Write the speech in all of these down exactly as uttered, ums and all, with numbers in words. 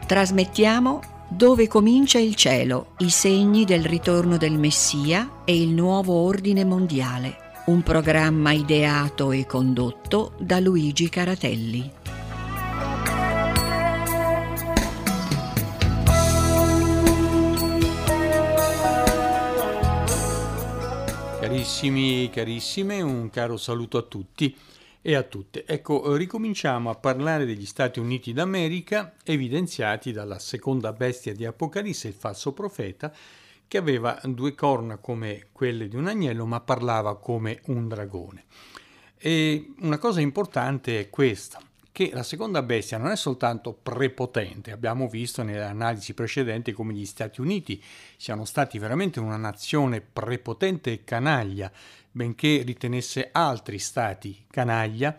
Trasmettiamo Dove comincia il cielo, i segni del ritorno del Messia e il nuovo ordine mondiale, un programma ideato e condotto da Luigi Caratelli. Carissimi, carissime, un caro saluto a tutti e a tutte. Ecco, ricominciamo a parlare degli Stati Uniti d'America, evidenziati dalla seconda bestia di Apocalisse, il falso profeta, che aveva due corna come quelle di un agnello, ma parlava come un dragone. E una cosa importante è questa, che la seconda bestia non è soltanto prepotente. Abbiamo visto nelle analisi precedenti come gli Stati Uniti siano stati veramente una nazione prepotente e canaglia, benché ritenesse altri stati canaglia,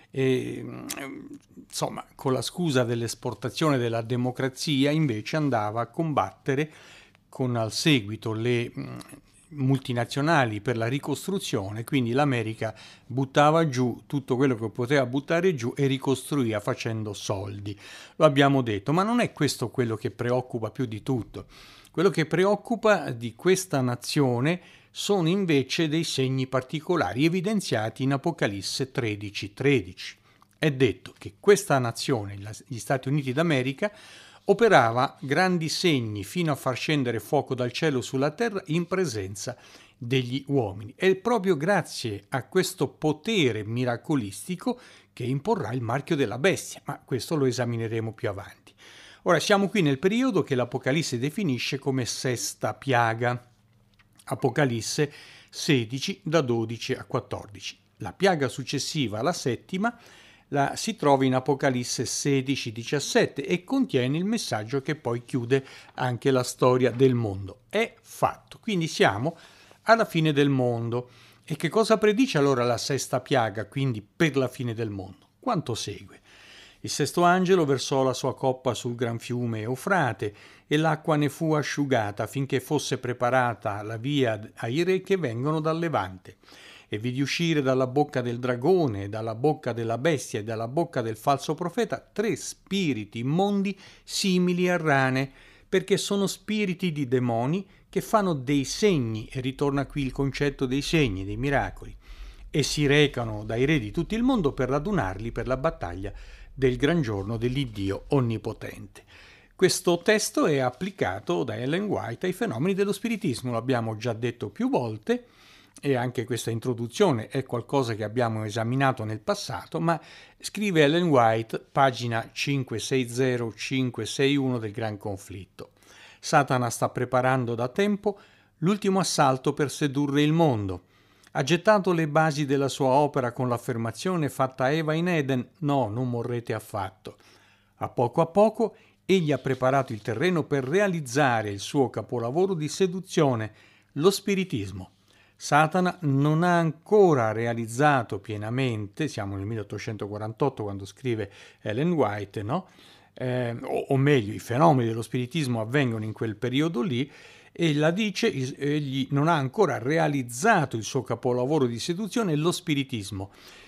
e, insomma, con la scusa dell'esportazione della democrazia invece andava a combattere con al seguito le multinazionali per la ricostruzione, quindi l'America buttava giù tutto quello che poteva buttare giù e ricostruiva facendo soldi. Lo abbiamo detto, ma non è questo quello che preoccupa più di tutto. Quello che preoccupa di questa nazione sono invece dei segni particolari evidenziati in Apocalisse tredici tredici. È detto che questa nazione, gli Stati Uniti d'America, operava grandi segni fino a far scendere fuoco dal cielo sulla terra in presenza degli uomini. È proprio grazie a questo potere miracolistico che imporrà il marchio della bestia, ma questo lo esamineremo più avanti. Ora siamo qui nel periodo che l'Apocalisse definisce come sesta piaga. Apocalisse sedici da dodici a quattordici. La piaga successiva alla settima la si trova in Apocalisse sedici diciassette e contiene il messaggio che poi chiude anche la storia del mondo. È fatto. Quindi siamo alla fine del mondo. E che cosa predice allora la sesta piaga, quindi per la fine del mondo? Quanto segue. Il sesto angelo versò la sua coppa sul gran fiume Eufrate e l'acqua ne fu asciugata finché fosse preparata la via ai re che vengono dal Levante. E vidi uscire dalla bocca del dragone, dalla bocca della bestia e dalla bocca del falso profeta tre spiriti immondi simili a rane, perché sono spiriti di demoni che fanno dei segni, e ritorna qui il concetto dei segni, dei miracoli, e si recano dai re di tutto il mondo per radunarli per la battaglia del gran giorno dell'Iddio onnipotente. Questo testo è applicato da Ellen White ai fenomeni dello spiritismo, l'abbiamo già detto più volte, e anche questa introduzione è qualcosa che abbiamo esaminato nel passato, ma scrive Ellen White, pagina cinque sei zero cinque sei uno del Gran Conflitto. Satana sta preparando da tempo l'ultimo assalto per sedurre il mondo. Ha gettato le basi della sua opera con l'affermazione fatta a Eva in Eden: no, non morrete affatto. A poco a poco egli ha preparato il terreno per realizzare il suo capolavoro di seduzione, lo spiritismo. Satana non ha ancora realizzato pienamente, siamo nel milleottocentoquarantotto quando scrive Ellen White, no? Eh, o, o meglio, i fenomeni dello spiritismo avvengono in quel periodo lì, e la dice, egli non ha ancora realizzato il suo capolavoro di seduzione, lo spiritismo.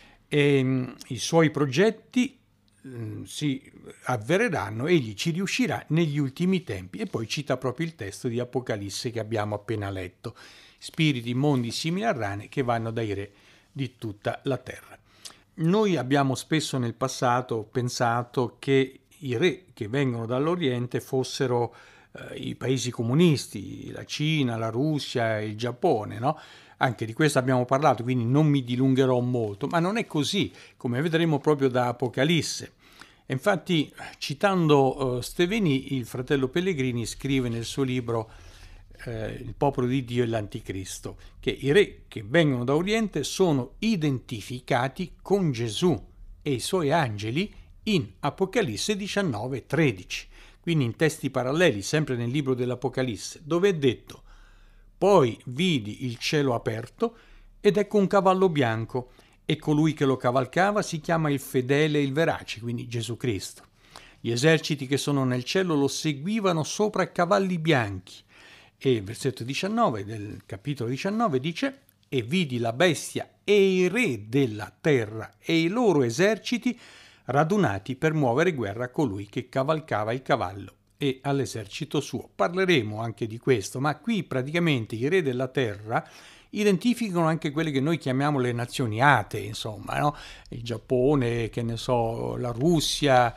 E, mh, i suoi progetti mh, si avvereranno, egli ci riuscirà negli ultimi tempi. E poi cita proprio il testo di Apocalisse che abbiamo appena letto. Spiriti immondi simili a rane che vanno dai re di tutta la terra. Noi abbiamo spesso nel passato pensato che i re che vengono dall'Oriente fossero eh, i paesi comunisti, la Cina, la Russia, il Giappone, no? Anche di questo abbiamo parlato, quindi non mi dilungherò molto, ma non è così, come vedremo proprio da Apocalisse. Infatti, citando uh, Steveni, il fratello Pellegrini scrive nel suo libro Eh, il popolo di Dio e l'Anticristo, che i re che vengono da Oriente sono identificati con Gesù e i suoi angeli in Apocalisse diciannove tredici, quindi in testi paralleli, sempre nel libro dell'Apocalisse, dove è detto: poi vidi il cielo aperto ed ecco un cavallo bianco, e colui che lo cavalcava si chiama il fedele e il verace, quindi Gesù Cristo. Gli eserciti che sono nel cielo lo seguivano sopra cavalli bianchi. E il versetto diciannove del capitolo diciannove dice: e vidi la bestia e i re della terra e i loro eserciti radunati per muovere guerra a colui che cavalcava il cavallo e all'esercito suo. Parleremo anche di questo, ma qui praticamente i re della terra identificano anche quelle che noi chiamiamo le nazioni atee, insomma, no? Il Giappone, che ne so, la Russia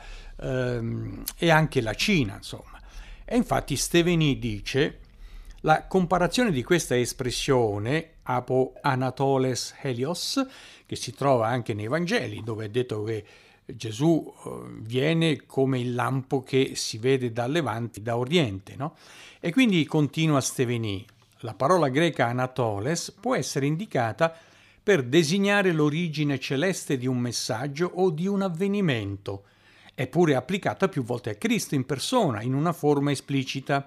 ehm, e anche la Cina, insomma. E infatti Steveni dice: la comparazione di questa espressione, apo anatoles helios, che si trova anche nei Vangeli, dove è detto che Gesù viene come il lampo che si vede da levante, da oriente, no? E quindi continua Steveni: la parola greca anatoles può essere indicata per designare l'origine celeste di un messaggio o di un avvenimento. È pure applicata più volte a Cristo in persona, in una forma esplicita.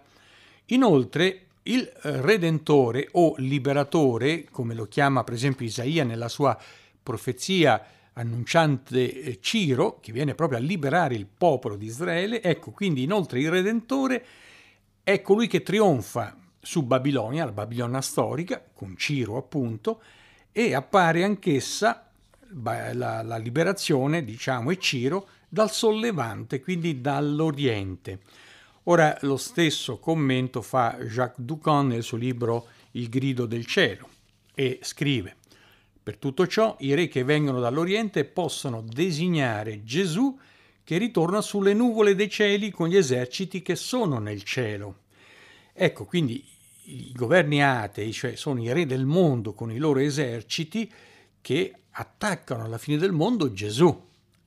Inoltre, il Redentore o Liberatore, come lo chiama per esempio Isaia nella sua profezia annunciante Ciro, che viene proprio a liberare il popolo di Israele, ecco, quindi inoltre il Redentore è colui che trionfa su Babilonia, la Babilonia storica, con Ciro appunto, e appare anch'essa la, la liberazione, diciamo, e Ciro dal sollevante, quindi dall'oriente. Ora lo stesso commento fa Jacques Ducan nel suo libro Il grido del cielo e scrive: per tutto ciò i re che vengono dall'oriente possono designare Gesù che ritorna sulle nuvole dei cieli con gli eserciti che sono nel cielo. Ecco, quindi i governi atei, cioè sono i re del mondo con i loro eserciti che attaccano alla fine del mondo Gesù.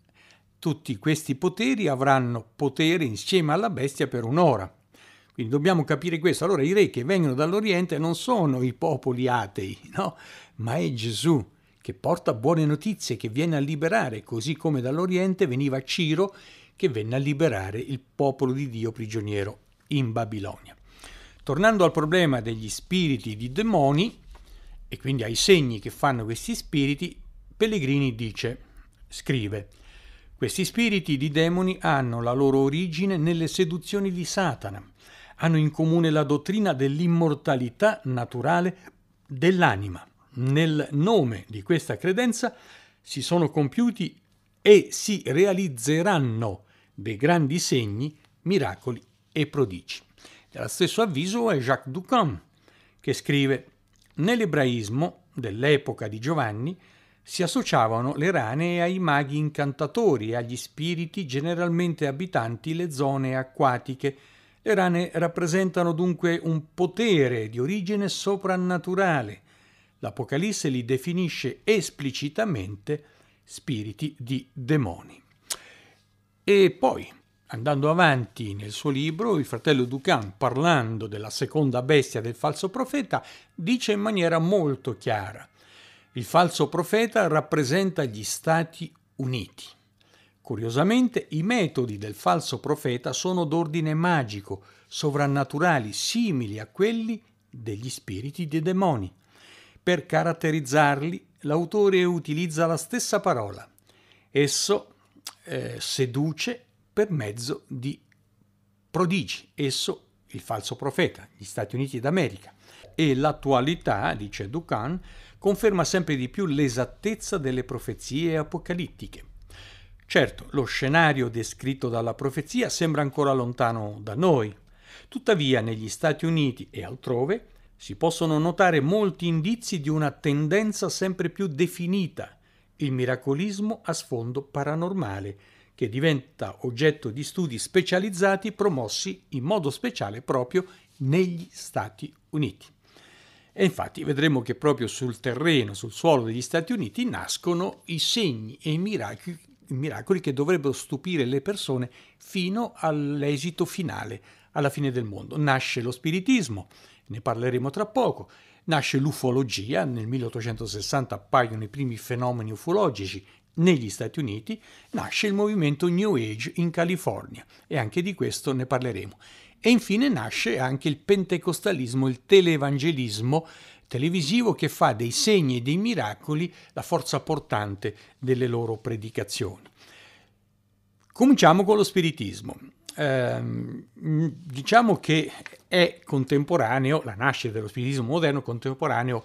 Tutti questi poteri avranno potere insieme alla bestia per un'ora. Quindi dobbiamo capire questo. Allora i re che vengono dall'Oriente non sono i popoli atei, no? Ma è Gesù che porta buone notizie, che viene a liberare, così come dall'Oriente veniva Ciro che venne a liberare il popolo di Dio prigioniero in Babilonia. Tornando al problema degli spiriti di demoni, e quindi ai segni che fanno questi spiriti, Pellegrini dice, scrive: questi spiriti di demoni hanno la loro origine nelle seduzioni di Satana, hanno in comune la dottrina dell'immortalità naturale dell'anima. Nel nome di questa credenza si sono compiuti e si realizzeranno dei grandi segni, miracoli e prodigi. Dello stesso avviso è Jacques Ducan, che scrive: nell'ebraismo dell'epoca di Giovanni si associavano le rane ai maghi incantatori e agli spiriti generalmente abitanti le zone acquatiche. Le rane rappresentano dunque un potere di origine soprannaturale. L'Apocalisse li definisce esplicitamente spiriti di demoni. E poi, andando avanti nel suo libro, il fratello Ducan, parlando della seconda bestia del falso profeta, dice in maniera molto chiara: il falso profeta rappresenta gli Stati Uniti. Curiosamente, i metodi del falso profeta sono d'ordine magico, sovrannaturali, simili a quelli degli spiriti dei demoni. Per caratterizzarli, l'autore utilizza la stessa parola. Esso eh, seduce per mezzo di prodigi. Esso, il falso profeta, gli Stati Uniti d'America. E l'attualità, dice Ducan, conferma sempre di più l'esattezza delle profezie apocalittiche. Certo, lo scenario descritto dalla profezia sembra ancora lontano da noi. Tuttavia, negli Stati Uniti e altrove si possono notare molti indizi di una tendenza sempre più definita, il miracolismo a sfondo paranormale, che diventa oggetto di studi specializzati promossi in modo speciale proprio negli Stati Uniti. E infatti vedremo che proprio sul terreno, sul suolo degli Stati Uniti, nascono i segni e i miracoli, i miracoli che dovrebbero stupire le persone fino all'esito finale, alla fine del mondo. Nasce lo spiritismo, ne parleremo tra poco, nasce l'ufologia, nel milleottocentosessanta appaiono i primi fenomeni ufologici negli Stati Uniti, nasce il movimento New Age in California e anche di questo ne parleremo. E infine nasce anche il pentecostalismo, il televangelismo televisivo che fa dei segni e dei miracoli la forza portante delle loro predicazioni. Cominciamo con lo spiritismo. Eh, diciamo che è contemporaneo, la nascita dello spiritismo moderno contemporaneo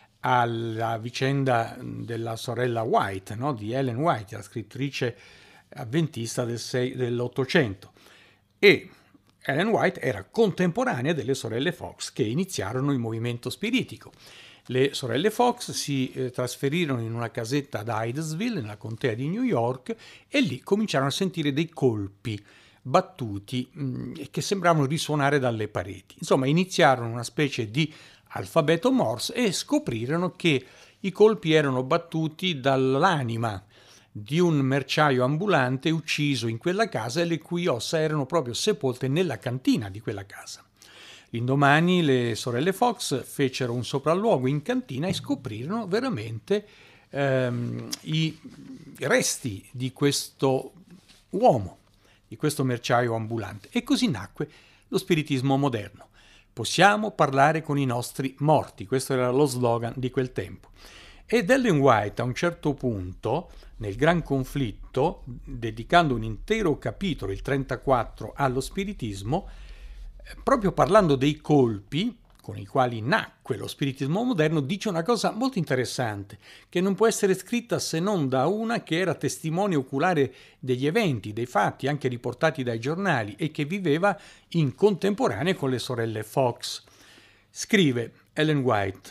alla vicenda della sorella White, no? Di Ellen White, la scrittrice avventista del sei, dell'Ottocento. E Ellen White era contemporanea delle sorelle Fox che iniziarono il movimento spiritico. Le sorelle Fox si eh, trasferirono in una casetta ad Hydesville, nella contea di New York, e lì cominciarono a sentire dei colpi battuti mh, che sembravano risuonare dalle pareti. Insomma, iniziarono una specie di alfabeto Morse e scoprirono che i colpi erano battuti dall'anima di un merciaio ambulante ucciso in quella casa e le cui ossa erano proprio sepolte nella cantina di quella casa. L'indomani le sorelle Fox fecero un sopralluogo in cantina e scoprirono veramente ehm, i resti di questo uomo, di questo merciaio ambulante. E così nacque lo spiritismo moderno. Possiamo parlare con i nostri morti, questo era lo slogan di quel tempo. Ed Ellen White a un certo punto, nel Gran Conflitto, dedicando un intero capitolo, il trentaquattro, allo spiritismo, proprio parlando dei colpi con i quali nacque lo spiritismo moderno, dice una cosa molto interessante, che non può essere scritta se non da una che era testimone oculare degli eventi, dei fatti, anche riportati dai giornali, e che viveva in contemporanea con le sorelle Fox. Scrive Ellen White: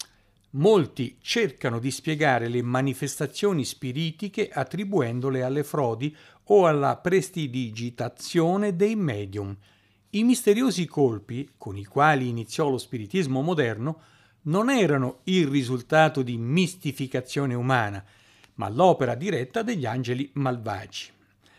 molti cercano di spiegare le manifestazioni spiritiche attribuendole alle frodi o alla prestidigitazione dei medium. I misteriosi colpi con i quali iniziò lo spiritismo moderno non erano il risultato di mistificazione umana, ma l'opera diretta degli angeli malvagi.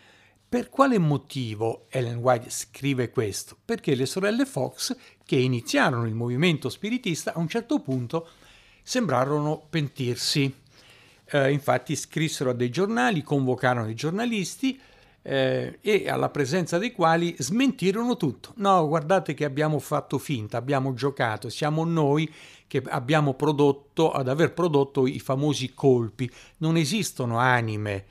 Per quale motivo Ellen White scrive questo? Perché le sorelle Fox, che iniziarono il movimento spiritista, a un certo punto sembrarono pentirsi. Eh, infatti scrissero a dei giornali, convocarono dei giornalisti eh, e alla presenza dei quali smentirono tutto. No, guardate che abbiamo fatto finta, abbiamo giocato, siamo noi che abbiamo prodotto, ad aver prodotto i famosi colpi. Non esistono anime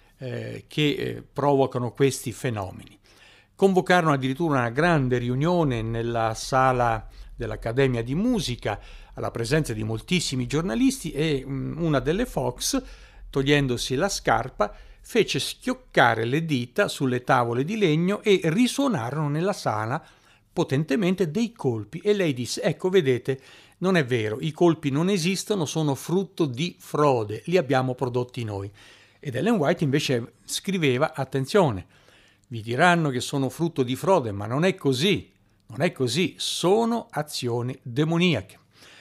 eh, che eh, provocano questi fenomeni. Convocarono addirittura una grande riunione nella sala dell'Accademia di Musica, alla presenza di moltissimi giornalisti, e una delle Fox, togliendosi la scarpa, fece schioccare le dita sulle tavole di legno e risuonarono nella sala potentemente dei colpi. E lei disse: ecco, vedete, non è vero, i colpi non esistono, sono frutto di frode, li abbiamo prodotti noi. Ed Ellen White invece scriveva: attenzione, vi diranno che sono frutto di frode, ma non è così, non è così, sono azioni demoniache.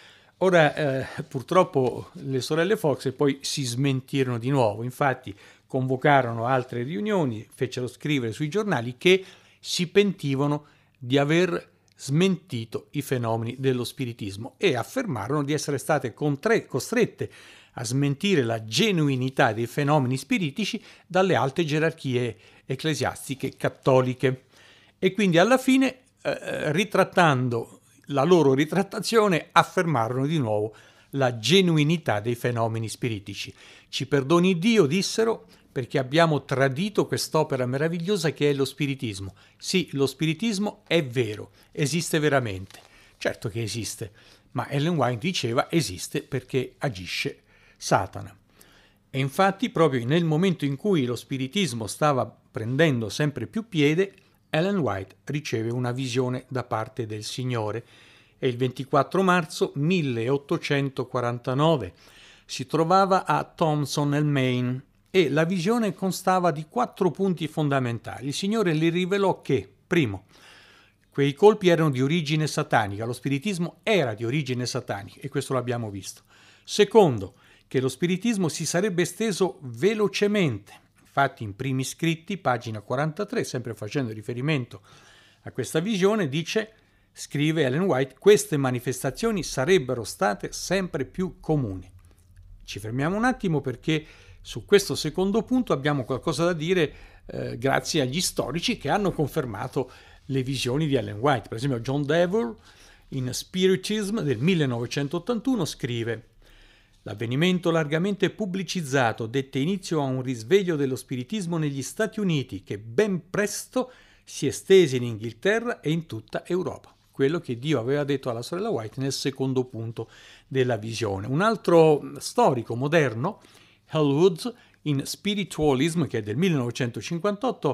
Ora, eh, purtroppo le sorelle Fox poi si smentirono di nuovo, infatti convocarono altre riunioni, fecero scrivere sui giornali che si pentivano di aver smentito i fenomeni dello spiritismo e affermarono di essere state contre- costrette a smentire la genuinità dei fenomeni spiritici dalle alte gerarchie ecclesiastiche cattoliche. E quindi alla fine, eh, ritrattando la loro ritrattazione, affermarono di nuovo la genuinità dei fenomeni spiritici. Ci perdoni Dio, dissero, perché abbiamo tradito quest'opera meravigliosa che è lo spiritismo. Sì, lo spiritismo è vero, esiste veramente. Certo che esiste, ma Ellen White diceva esiste perché agisce Satana. E infatti proprio nel momento in cui lo spiritismo stava prendendo sempre più piede, Ellen White riceve una visione da parte del Signore e il ventiquattro marzo milleottocentoquarantanove si trovava a Thompson nel Maine e la visione constava di quattro punti fondamentali. Il Signore le rivelò che, primo, quei colpi erano di origine satanica, lo spiritismo era di origine satanica e questo l'abbiamo visto. Secondo, che lo spiritismo si sarebbe esteso velocemente. Infatti in Primi Scritti, pagina quarantatré, sempre facendo riferimento a questa visione, dice, scrive Ellen White, queste manifestazioni sarebbero state sempre più comuni. Ci fermiamo un attimo perché su questo secondo punto abbiamo qualcosa da dire eh, grazie agli storici che hanno confermato le visioni di Ellen White. Per esempio John Devore in Spiritism del millenovecentottantuno scrive: l'avvenimento largamente pubblicizzato dette inizio a un risveglio dello spiritismo negli Stati Uniti che ben presto si estese in Inghilterra e in tutta Europa. Quello che Dio aveva detto alla sorella White nel secondo punto della visione. Un altro storico moderno, Hal Woods, in Spiritualism, che è del millenovecentocinquantotto,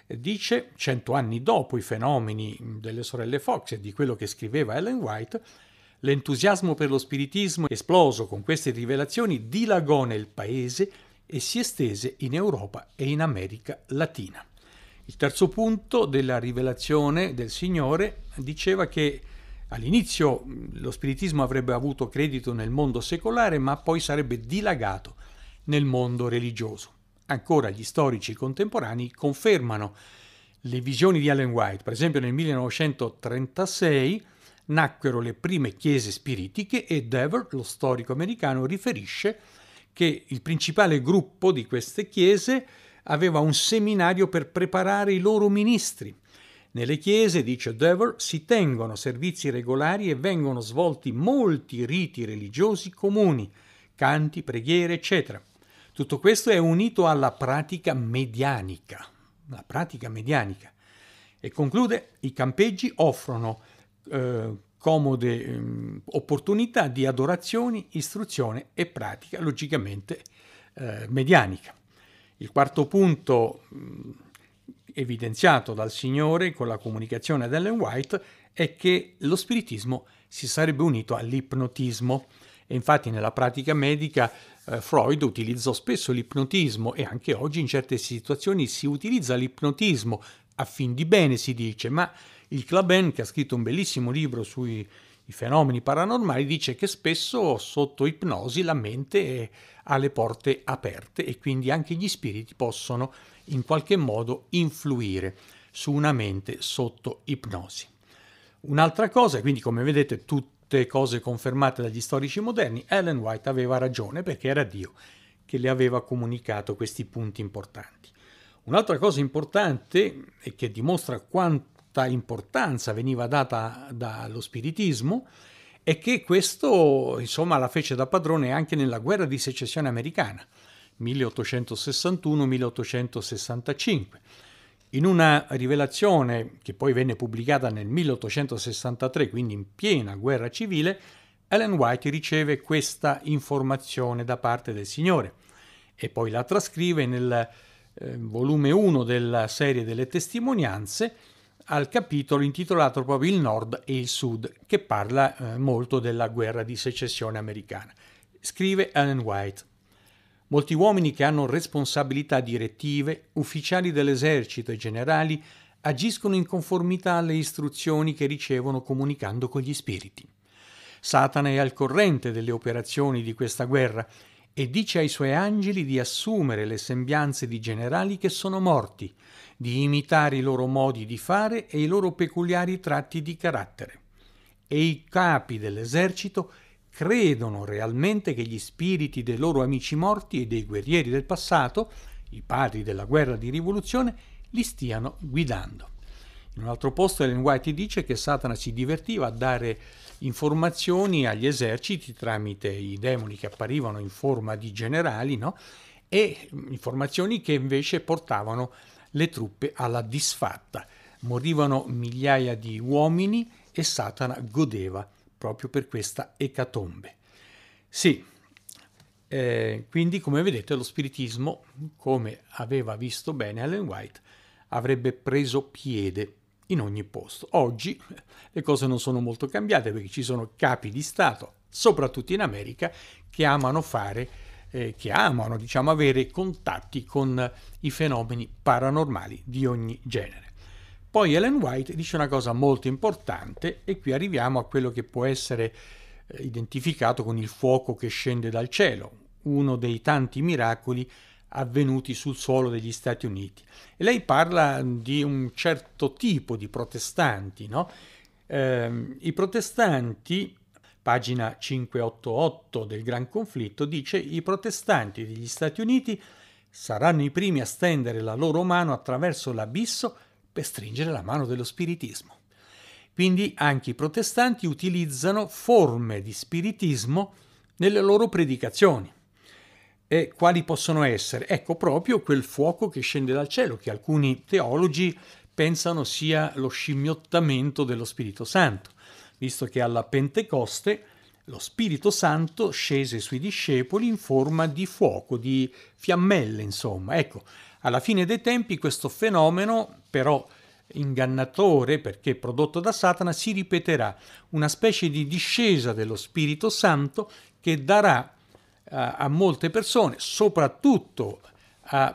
dice, cento anni dopo i fenomeni delle sorelle Fox e di quello che scriveva Ellen White, l'entusiasmo per lo spiritismo esploso con queste rivelazioni dilagò nel paese e si estese in Europa e in America Latina. Il terzo punto della rivelazione del Signore diceva che all'inizio lo spiritismo avrebbe avuto credito nel mondo secolare, ma poi sarebbe dilagato nel mondo religioso. Ancora gli storici contemporanei confermano le visioni di Ellen White. Per esempio nel millenovecentotrentasei nacquero le prime chiese spiritiche e Dever, lo storico americano, riferisce che il principale gruppo di queste chiese aveva un seminario per preparare i loro ministri. Nelle chiese, dice Dever, si tengono servizi regolari e vengono svolti molti riti religiosi comuni, canti, preghiere, eccetera. Tutto questo è unito alla pratica medianica, la pratica medianica. E conclude, i campeggi offrono eh, comode eh, opportunità di adorazioni, istruzione e pratica, logicamente eh, medianica. Il quarto punto mh, evidenziato dal Signore con la comunicazione ad Ellen White è che lo spiritismo si sarebbe unito all'ipnotismo. E infatti nella pratica medica eh, Freud utilizzò spesso l'ipnotismo e anche oggi in certe situazioni si utilizza l'ipnotismo a fin di bene, si dice, ma il Klaben, che ha scritto un bellissimo libro sui i fenomeni paranormali, dice che spesso sotto ipnosi la mente ha le porte aperte e quindi anche gli spiriti possono in qualche modo influire su una mente sotto ipnosi. Un'altra cosa, quindi come vedete tutte cose confermate dagli storici moderni, Ellen White aveva ragione perché era Dio che le aveva comunicato questi punti importanti. Un'altra cosa importante e che dimostra quanto importanza veniva data dallo spiritismo è che questo insomma la fece da padrone anche nella guerra di secessione americana milleottocentosessantuno milleottocentosessantacinque. In una rivelazione che poi venne pubblicata nel milleottocentosessantatré, quindi in piena guerra civile, Ellen White riceve questa informazione da parte del Signore e poi la trascrive nel eh, volume uno della serie delle testimonianze al capitolo intitolato proprio Il Nord e il Sud, che parla eh, molto della guerra di secessione americana. Scrive Ellen White: molti uomini che hanno responsabilità direttive, ufficiali dell'esercito e generali, agiscono in conformità alle istruzioni che ricevono comunicando con gli spiriti. Satana è al corrente delle operazioni di questa guerra e dice ai suoi angeli di assumere le sembianze di generali che sono morti, di imitare i loro modi di fare e i loro peculiari tratti di carattere. E i capi dell'esercito credono realmente che gli spiriti dei loro amici morti e dei guerrieri del passato, i padri della guerra di rivoluzione, li stiano guidando. In un altro posto Ellen White dice che Satana si divertiva a dare informazioni agli eserciti tramite i demoni che apparivano in forma di generali, no? E informazioni che invece portavano le truppe alla disfatta. Morivano migliaia di uomini e Satana godeva proprio per questa ecatombe. Sì, eh, quindi come vedete lo spiritismo, come aveva visto bene Ellen White, avrebbe preso piede in ogni posto. Oggi le cose non sono molto cambiate perché ci sono capi di Stato, soprattutto in America, che amano fare, eh, che amano, diciamo, avere contatti con i fenomeni paranormali di ogni genere. Poi Ellen White dice una cosa molto importante e qui arriviamo a quello che può essere eh, identificato con il fuoco che scende dal cielo, uno dei tanti miracoli avvenuti sul suolo degli Stati Uniti. E lei parla di un certo tipo di protestanti, no? Eh, I protestanti, pagina cinquecentottantotto del Gran Conflitto, dice: i protestanti degli Stati Uniti saranno i primi a stendere la loro mano attraverso l'abisso per stringere la mano dello spiritismo. Quindi anche i protestanti utilizzano forme di spiritismo nelle loro predicazioni. E quali possono essere? Ecco, proprio quel fuoco che scende dal cielo, che alcuni teologi pensano sia lo scimmiottamento dello Spirito Santo, visto che alla Pentecoste lo Spirito Santo scese sui discepoli in forma di fuoco, di fiammelle, insomma. Ecco, alla fine dei tempi questo fenomeno, però ingannatore perché prodotto da Satana, si ripeterà, una specie di discesa dello Spirito Santo che darà a, a molte persone, soprattutto ai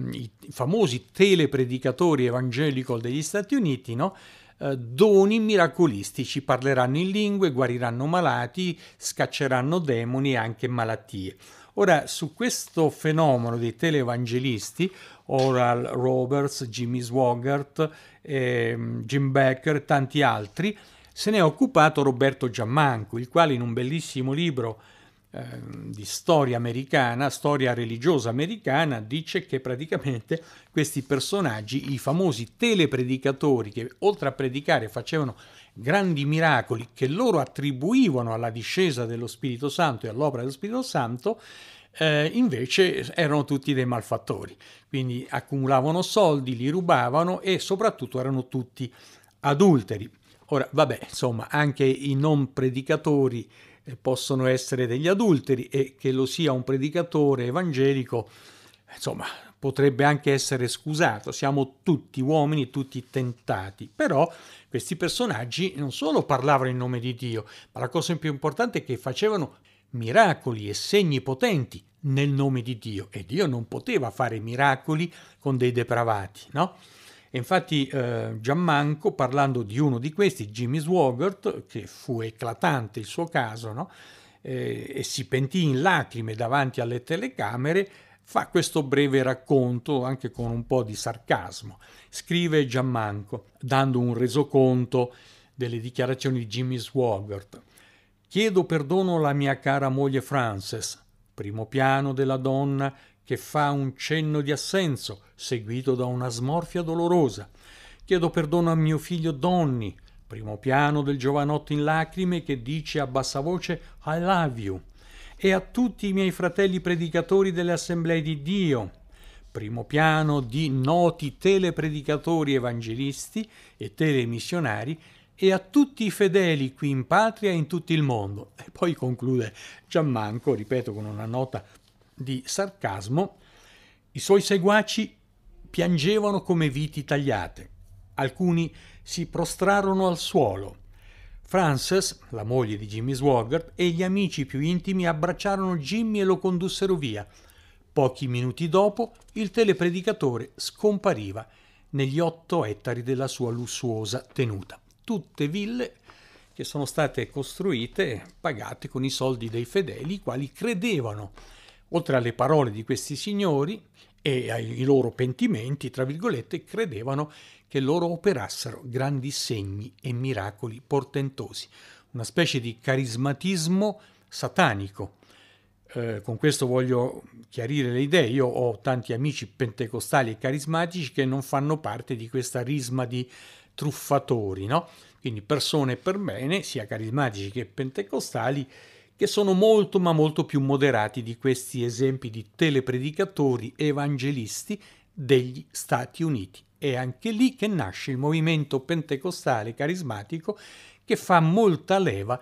famosi telepredicatori evangelical degli Stati Uniti, no? Eh, doni miracolistici, parleranno in lingue, guariranno malati, scacceranno demoni e anche malattie. Ora, su questo fenomeno dei teleevangelisti, Oral Roberts, Jimmy Swaggart, eh, Jim Becker e tanti altri, se ne è occupato Roberto Giammanco, il quale in un bellissimo libro eh, di storia americana, storia religiosa americana, dice che praticamente questi personaggi, i famosi telepredicatori che oltre a predicare facevano grandi miracoli che loro attribuivano alla discesa dello Spirito Santo e all'opera dello Spirito Santo, eh, invece erano tutti dei malfattori, quindi accumulavano soldi, li rubavano e soprattutto erano tutti adulteri. Ora, vabbè, insomma, anche i non predicatori eh, possono essere degli adulteri, e che lo sia un predicatore evangelico, insomma, potrebbe anche essere scusato. Siamo tutti uomini, tutti tentati. Però questi personaggi non solo parlavano in nome di Dio, ma la cosa più importante è che facevano miracoli e segni potenti nel nome di Dio, e Dio non poteva fare miracoli con dei depravati, no? E infatti eh, Giammanco, parlando di uno di questi, Jimmy Swaggart, che fu eclatante il suo caso, no? eh, e si pentì in lacrime davanti alle telecamere, fa questo breve racconto anche con un po' di sarcasmo. Scrive Giammanco, dando un resoconto delle dichiarazioni di Jimmy Swaggart. Chiedo perdono alla mia cara moglie Frances, primo piano della donna che fa un cenno di assenso, seguito da una smorfia dolorosa. Chiedo perdono a mio figlio Donny, primo piano del giovanotto in lacrime che dice a bassa voce I love you, e a tutti i miei fratelli predicatori delle assemblee di Dio, primo piano di noti telepredicatori evangelisti e telemissionari, e a tutti i fedeli qui in patria e in tutto il mondo. E poi conclude Giammanco, ripeto, con una nota di sarcasmo: i suoi seguaci piangevano come viti tagliate, alcuni si prostrarono al suolo. Frances, la moglie di Jimmy Swaggart, e gli amici più intimi abbracciarono Jimmy e lo condussero via. Pochi minuti dopo il telepredicatore scompariva negli otto ettari della sua lussuosa tenuta. Tutte ville che sono state costruite, pagate con i soldi dei fedeli, i quali credevano, oltre alle parole di questi signori e ai loro pentimenti, tra virgolette, credevano che loro operassero grandi segni e miracoli portentosi, una specie di carismatismo satanico. Eh, con questo voglio chiarire le idee. Io ho tanti amici pentecostali e carismatici che non fanno parte di questa risma di truffatori, no? Quindi persone per bene, sia carismatici che pentecostali, che sono molto ma molto più moderati di questi esempi di telepredicatori evangelisti degli Stati Uniti. È anche lì che nasce il movimento pentecostale carismatico, che fa molta leva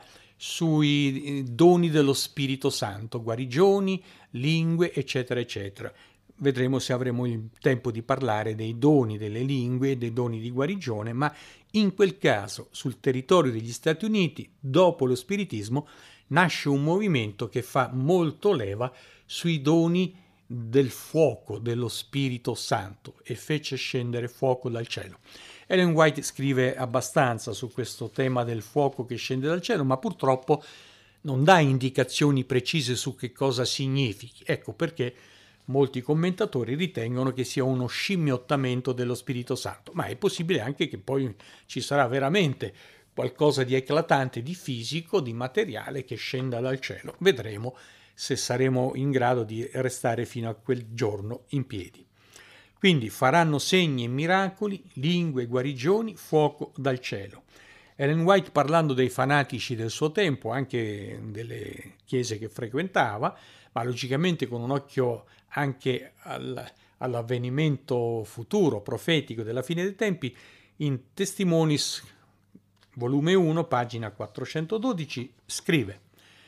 sui doni dello Spirito Santo, guarigioni, lingue, eccetera, eccetera. Vedremo se avremo il tempo di parlare dei doni delle lingue, dei doni di guarigione, ma in quel caso, sul territorio degli Stati Uniti, dopo lo spiritismo, nasce un movimento che fa molto leva sui doni del fuoco dello Spirito Santo, e fece scendere fuoco dal cielo. Ellen White scrive abbastanza su questo tema del fuoco che scende dal cielo, ma purtroppo non dà indicazioni precise su che cosa significhi. Ecco perché molti commentatori ritengono che sia uno scimmiottamento dello Spirito Santo, ma è possibile anche che poi ci sarà veramente qualcosa di eclatante, di fisico, di materiale che scenda dal cielo. Vedremo se saremo in grado di restare fino a quel giorno in piedi. Quindi faranno segni e miracoli, lingue, guarigioni, fuoco dal cielo. Ellen White, parlando dei fanatici del suo tempo, anche delle chiese che frequentava, ma logicamente con un occhio anche al, all'avvenimento futuro, profetico della fine dei tempi, in Testimonies, volume uno, pagina quattrocentododici, scrive: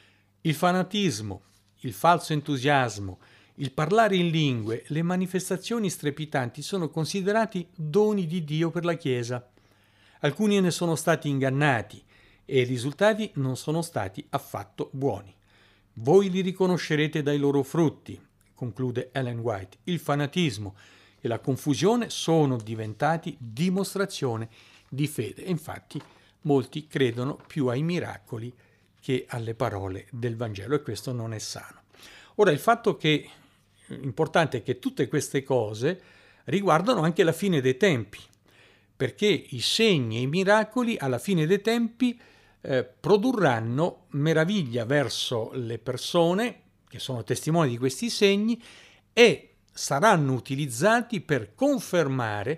Il fanatismo, il falso entusiasmo, il parlare in lingue, le manifestazioni strepitanti sono considerati doni di Dio per la Chiesa. Alcuni ne sono stati ingannati e i risultati non sono stati affatto buoni. Voi li riconoscerete dai loro frutti, conclude Ellen White. Il fanatismo e la confusione sono diventati dimostrazione di fede. E infatti molti credono più ai miracoli che alle parole del Vangelo, e questo non è sano. Ora, il fatto che importante è che tutte queste cose riguardano anche la fine dei tempi, perché i segni e i miracoli alla fine dei tempi eh, produrranno meraviglia verso le persone che sono testimoni di questi segni e saranno utilizzati per confermare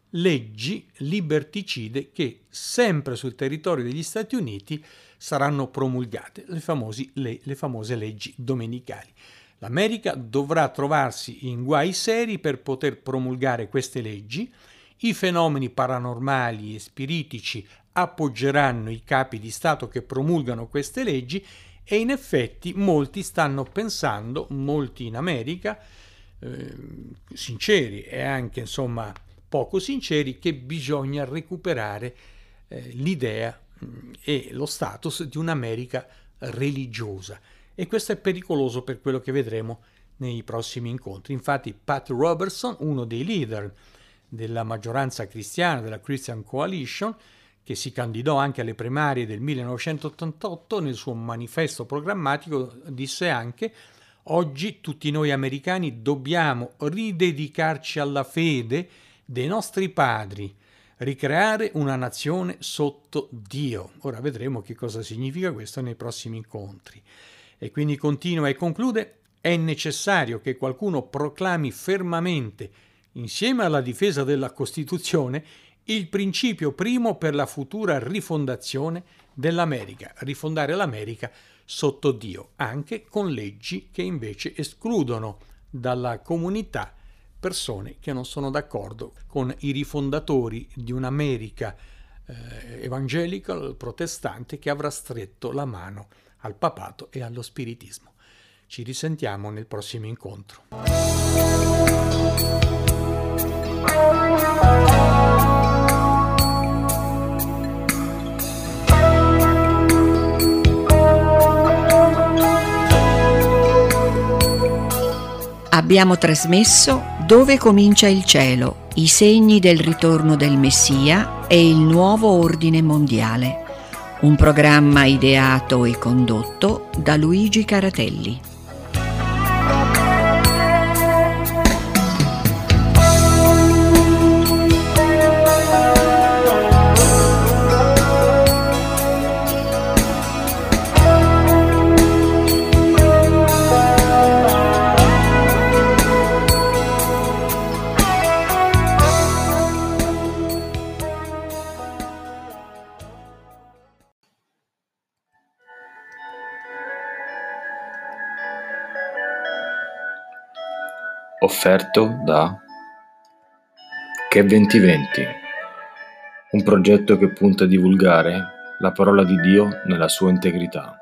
leggi liberticide che sempre sul territorio degli Stati Uniti saranno promulgate, le, famosi, le, le famose leggi domenicali. L'America dovrà trovarsi in guai seri per poter promulgare queste leggi. I fenomeni paranormali e spiritici appoggeranno i capi di Stato che promulgano queste leggi e in effetti molti stanno pensando, molti in America, eh, sinceri e anche insomma poco sinceri, che bisogna recuperare eh, l'idea mh, e lo status di un'America religiosa. E questo è pericoloso per quello che vedremo nei prossimi incontri. Infatti Pat Robertson, uno dei leader della maggioranza cristiana, della Christian Coalition, che si candidò anche alle primarie del millenovecentottantotto, nel suo manifesto programmatico disse anche: oggi tutti noi americani dobbiamo ridedicarci alla fede dei nostri padri, ricreare una nazione sotto Dio. Ora vedremo che cosa significa questo nei prossimi incontri. E quindi continua e conclude: è necessario che qualcuno proclami fermamente, insieme alla difesa della Costituzione, il principio primo per la futura rifondazione dell'America, rifondare l'America sotto Dio, anche con leggi che invece escludono dalla comunità persone che non sono d'accordo con i rifondatori di un'America eh, evangelica, protestante, che avrà stretto la mano al papato e allo spiritismo. Ci risentiamo nel prossimo incontro. Abbiamo trasmesso Dove comincia il cielo, i segni del ritorno del Messia e il nuovo ordine mondiale. Un programma ideato e condotto da Luigi Caratelli. Offerto da Che venti venti, un progetto che punta a divulgare la parola di Dio nella sua integrità.